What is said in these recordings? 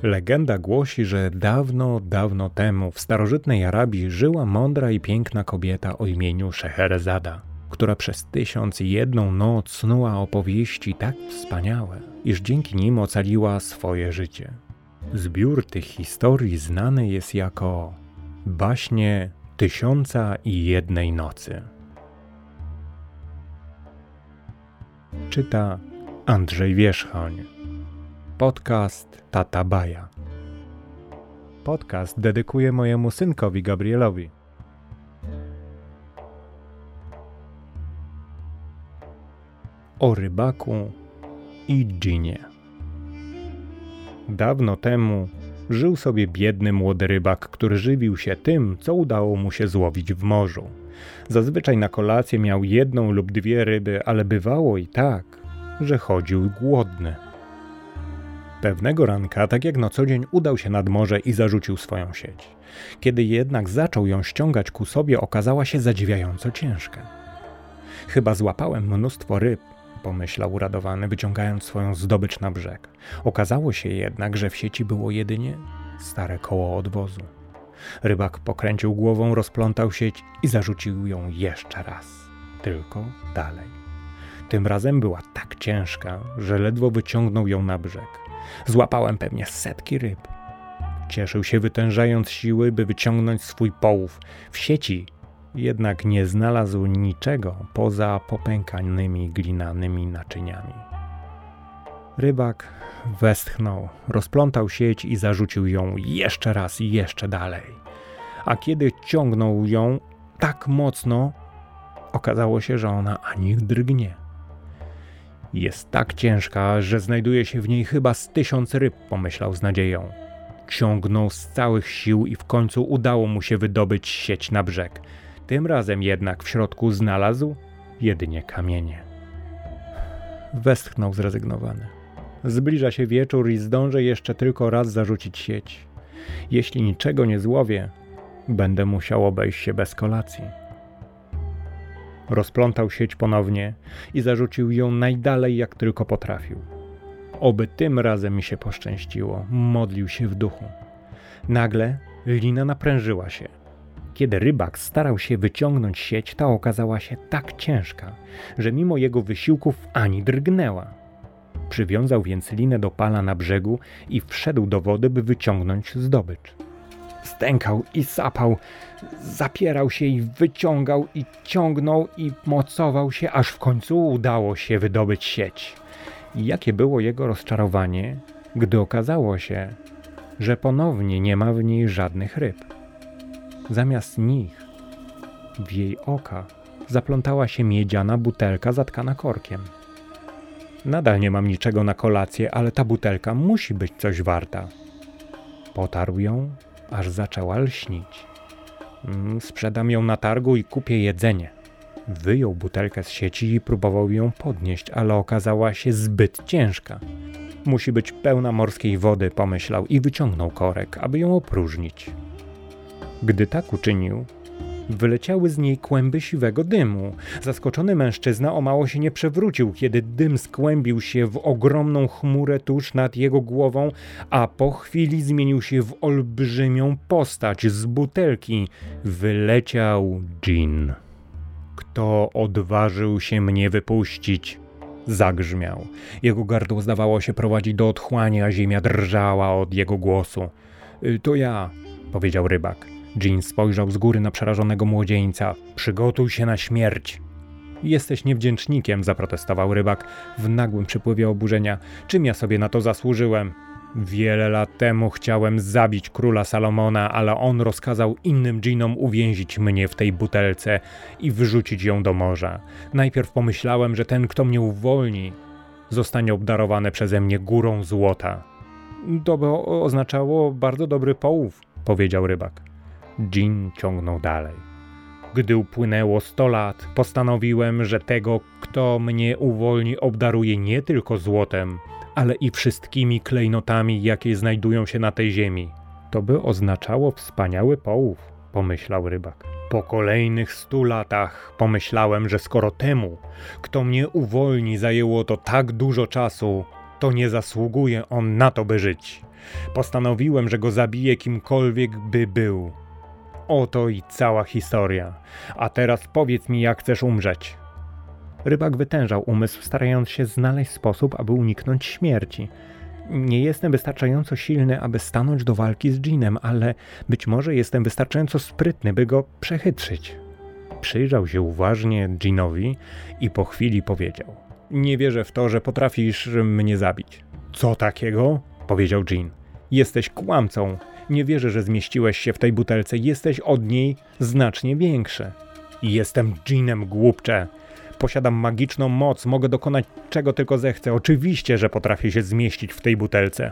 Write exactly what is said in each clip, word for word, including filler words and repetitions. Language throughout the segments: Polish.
Legenda głosi, że dawno, dawno temu w starożytnej Arabii żyła mądra i piękna kobieta o imieniu Szeherazada, która przez tysiąc i jedną noc snuła opowieści tak wspaniałe, iż dzięki nim ocaliła swoje życie. Zbiór tych historii znany jest jako Baśnie Tysiąca i Jednej Nocy. Czyta Andrzej Wierzchoń. Podcast Tata Baja. Podcast dedykuję mojemu synkowi Gabrielowi. O rybaku i dżinie. Dawno temu żył sobie biedny młody rybak, który żywił się tym, co udało mu się złowić w morzu. Zazwyczaj na kolację miał jedną lub dwie ryby, ale bywało i tak, że chodził głodny. Pewnego ranka, tak jak na co dzień, udał się nad morze i zarzucił swoją sieć. Kiedy jednak zaczął ją ściągać ku sobie, okazała się zadziwiająco ciężka. Chyba złapałem mnóstwo ryb, pomyślał uradowany, wyciągając swoją zdobycz na brzeg. Okazało się jednak, że w sieci było jedynie stare koło odwozu. Rybak pokręcił głową, rozplątał sieć i zarzucił ją jeszcze raz. Tylko dalej. Tym razem była tak ciężka, że ledwo wyciągnął ją na brzeg. Złapałem pewnie setki ryb. Cieszył się, wytężając siły, by wyciągnąć swój połów. W sieci jednak nie znalazł niczego poza popękanymi glinanymi naczyniami. Rybak westchnął, rozplątał sieć i zarzucił ją jeszcze raz i jeszcze dalej. A kiedy ciągnął ją tak mocno, okazało się, że ona ani drgnie. Jest tak ciężka, że znajduje się w niej chyba z tysiąc ryb, pomyślał z nadzieją. Ciągnął z całych sił i w końcu udało mu się wydobyć sieć na brzeg. Tym razem jednak w środku znalazł jedynie kamienie. Westchnął zrezygnowany. Zbliża się wieczór i zdążę jeszcze tylko raz zarzucić sieć. Jeśli niczego nie złowię, będę musiał obejść się bez kolacji. Rozplątał sieć ponownie i zarzucił ją najdalej jak tylko potrafił. Oby tym razem mi się poszczęściło, modlił się w duchu. Nagle lina naprężyła się. Kiedy rybak starał się wyciągnąć sieć, ta okazała się tak ciężka, że mimo jego wysiłków ani drgnęła. Przywiązał więc linę do pala na brzegu i wszedł do wody, by wyciągnąć zdobycz. Stękał i sapał, zapierał się i wyciągał i ciągnął i mocował się, aż w końcu udało się wydobyć sieć. I jakie było jego rozczarowanie, gdy okazało się, że ponownie nie ma w niej żadnych ryb. Zamiast nich w jej oka zaplątała się miedziana butelka zatkana korkiem. Nadal nie mam niczego na kolację, ale ta butelka musi być coś warta. Potarł ją, aż zaczęła lśnić. Mm, sprzedam ją na targu i kupię jedzenie. Wyjął butelkę z sieci i próbował ją podnieść, ale okazała się zbyt ciężka. Musi być pełna morskiej wody, pomyślał i wyciągnął korek, aby ją opróżnić. Gdy tak uczynił, wyleciały z niej kłęby siwego dymu. Zaskoczony mężczyzna o mało się nie przewrócił, kiedy dym skłębił się w ogromną chmurę tuż nad jego głową, a po chwili zmienił się w olbrzymią postać. Z butelki wyleciał dżin. Kto odważył się mnie wypuścić? Zagrzmiał. Jego gardło zdawało się prowadzić do otchłani, a ziemia drżała od jego głosu. To ja, powiedział rybak. Dżin spojrzał z góry na przerażonego młodzieńca. Przygotuj się na śmierć. Jesteś niewdzięcznikiem, zaprotestował rybak w nagłym przypływie oburzenia. Czym ja sobie na to zasłużyłem? Wiele lat temu chciałem zabić króla Salomona, ale on rozkazał innym dżinom uwięzić mnie w tej butelce i wyrzucić ją do morza. Najpierw pomyślałem, że ten, kto mnie uwolni, zostanie obdarowany przeze mnie górą złota. To by oznaczało bardzo dobry połów, powiedział rybak. Dżin ciągnął dalej. Gdy upłynęło sto lat, postanowiłem, że tego, kto mnie uwolni, obdaruje nie tylko złotem, ale i wszystkimi klejnotami, jakie znajdują się na tej ziemi. To by oznaczało wspaniały połów, pomyślał rybak. Po kolejnych stu latach pomyślałem, że skoro temu, kto mnie uwolni, zajęło to tak dużo czasu, to nie zasługuje on na to, by żyć. Postanowiłem, że go zabiję, kimkolwiek by był. Oto i cała historia. A teraz powiedz mi, jak chcesz umrzeć. Rybak wytężał umysł, starając się znaleźć sposób, aby uniknąć śmierci. Nie jestem wystarczająco silny, aby stanąć do walki z dżinem, ale być może jestem wystarczająco sprytny, by go przechytrzyć. Przyjrzał się uważnie dżinowi i po chwili powiedział: nie wierzę w to, że potrafisz mnie zabić. Co takiego? Powiedział dżin. Jesteś kłamcą. Nie wierzę, że zmieściłeś się w tej butelce. Jesteś od niej znacznie większy. Jestem dżinem, głupcze. Posiadam magiczną moc, mogę dokonać czego tylko zechcę. Oczywiście, że potrafię się zmieścić w tej butelce.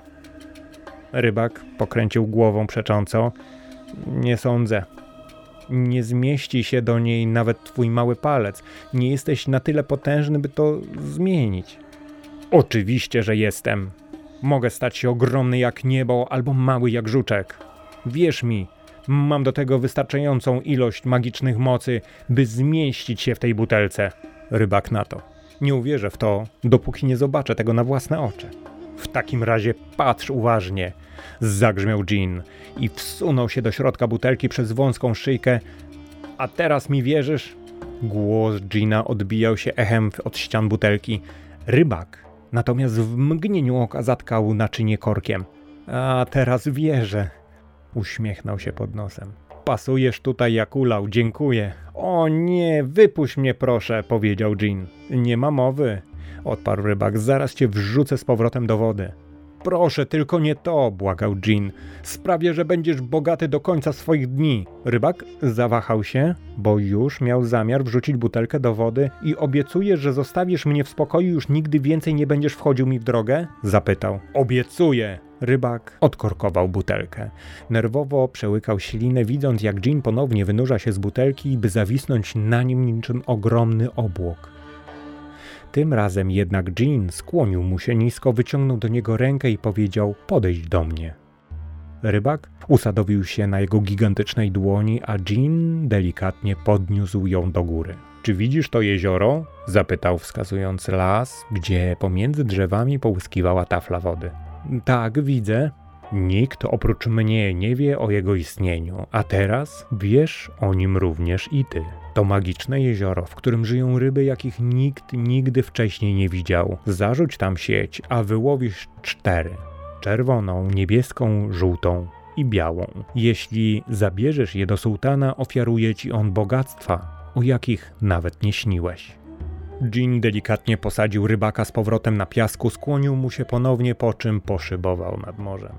Rybak pokręcił głową przecząco. Nie sądzę. Nie zmieści się do niej nawet twój mały palec. Nie jesteś na tyle potężny, by to zmienić. Oczywiście, że jestem. Mogę stać się ogromny jak niebo albo mały jak żuczek. Wierz mi, mam do tego wystarczającą ilość magicznych mocy, by zmieścić się w tej butelce. Rybak na to: nie uwierzę w to, dopóki nie zobaczę tego na własne oczy. W takim razie patrz uważnie, zagrzmiał dżin i wsunął się do środka butelki przez wąską szyjkę. A teraz mi wierzysz? Głos dżina odbijał się echem od ścian butelki. Rybak natomiast w mgnieniu oka zatkał naczynie korkiem. A teraz wierzę, uśmiechnął się pod nosem. Pasujesz tutaj jak ulał, dziękuję. O nie, wypuść mnie proszę, powiedział dżin. Nie ma mowy, odparł rybak, zaraz cię wrzucę z powrotem do wody. Proszę, tylko nie to, błagał dżin. Sprawię, że będziesz bogaty do końca swoich dni. Rybak zawahał się, bo już miał zamiar wrzucić butelkę do wody. I obiecujesz, że zostawisz mnie w spokoju, już nigdy więcej nie będziesz wchodził mi w drogę? Zapytał. Obiecuję. Rybak odkorkował butelkę. Nerwowo przełykał ślinę, widząc jak dżin ponownie wynurza się z butelki, by zawisnąć na nim niczym ogromny obłok. Tym razem jednak dżin skłonił mu się nisko, wyciągnął do niego rękę i powiedział: podejdź do mnie. Rybak usadowił się na jego gigantycznej dłoni, a dżin delikatnie podniósł ją do góry. Czy widzisz to jezioro? Zapytał, wskazując las, gdzie pomiędzy drzewami połyskiwała tafla wody. Tak, widzę. Nikt oprócz mnie nie wie o jego istnieniu, a teraz wiesz o nim również i ty. To magiczne jezioro, w którym żyją ryby, jakich nikt nigdy wcześniej nie widział. Zarzuć tam sieć, a wyłowisz cztery. Czerwoną, niebieską, żółtą i białą. Jeśli zabierzesz je do sułtana, ofiaruje ci on bogactwa, o jakich nawet nie śniłeś. Dżin delikatnie posadził rybaka z powrotem na piasku, skłonił mu się ponownie, po czym poszybował nad morzem.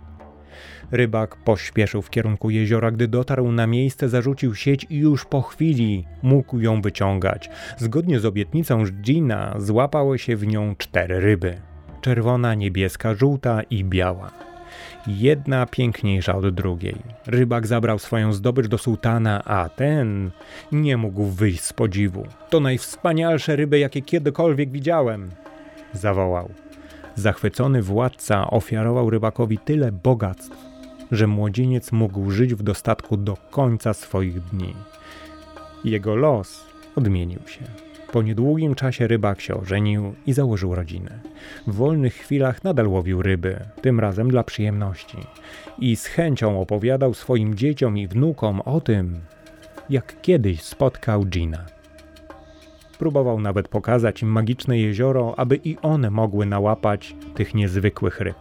Rybak pośpieszył w kierunku jeziora. Gdy dotarł na miejsce, zarzucił sieć i już po chwili mógł ją wyciągać. Zgodnie z obietnicą dżina złapały się w nią cztery ryby. Czerwona, niebieska, żółta i biała. Jedna piękniejsza od drugiej. Rybak zabrał swoją zdobycz do sułtana, a ten nie mógł wyjść z podziwu. To najwspanialsze ryby, jakie kiedykolwiek widziałem, zawołał. Zachwycony władca ofiarował rybakowi tyle bogactw, że młodzieniec mógł żyć w dostatku do końca swoich dni. Jego los odmienił się. Po niedługim czasie rybak się ożenił i założył rodzinę. W wolnych chwilach nadal łowił ryby, tym razem dla przyjemności. I z chęcią opowiadał swoim dzieciom i wnukom o tym, jak kiedyś spotkał dżina. Próbował nawet pokazać im magiczne jezioro, aby i one mogły nałapać tych niezwykłych ryb.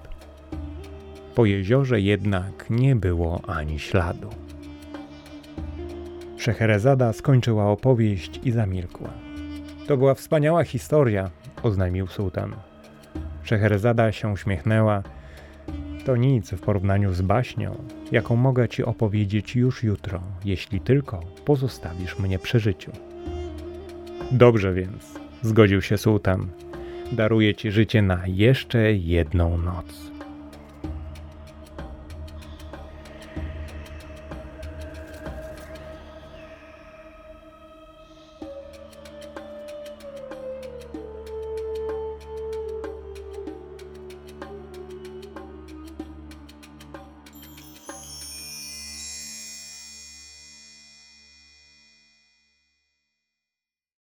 Po jeziorze jednak nie było ani śladu. Szeherezada skończyła opowieść i zamilkła. To była wspaniała historia, oznajmił sułtan. Szeherezada się uśmiechnęła. To nic w porównaniu z baśnią, jaką mogę ci opowiedzieć już jutro, jeśli tylko pozostawisz mnie przy życiu. Dobrze więc, zgodził się sułtan. Daruję ci życie na jeszcze jedną noc.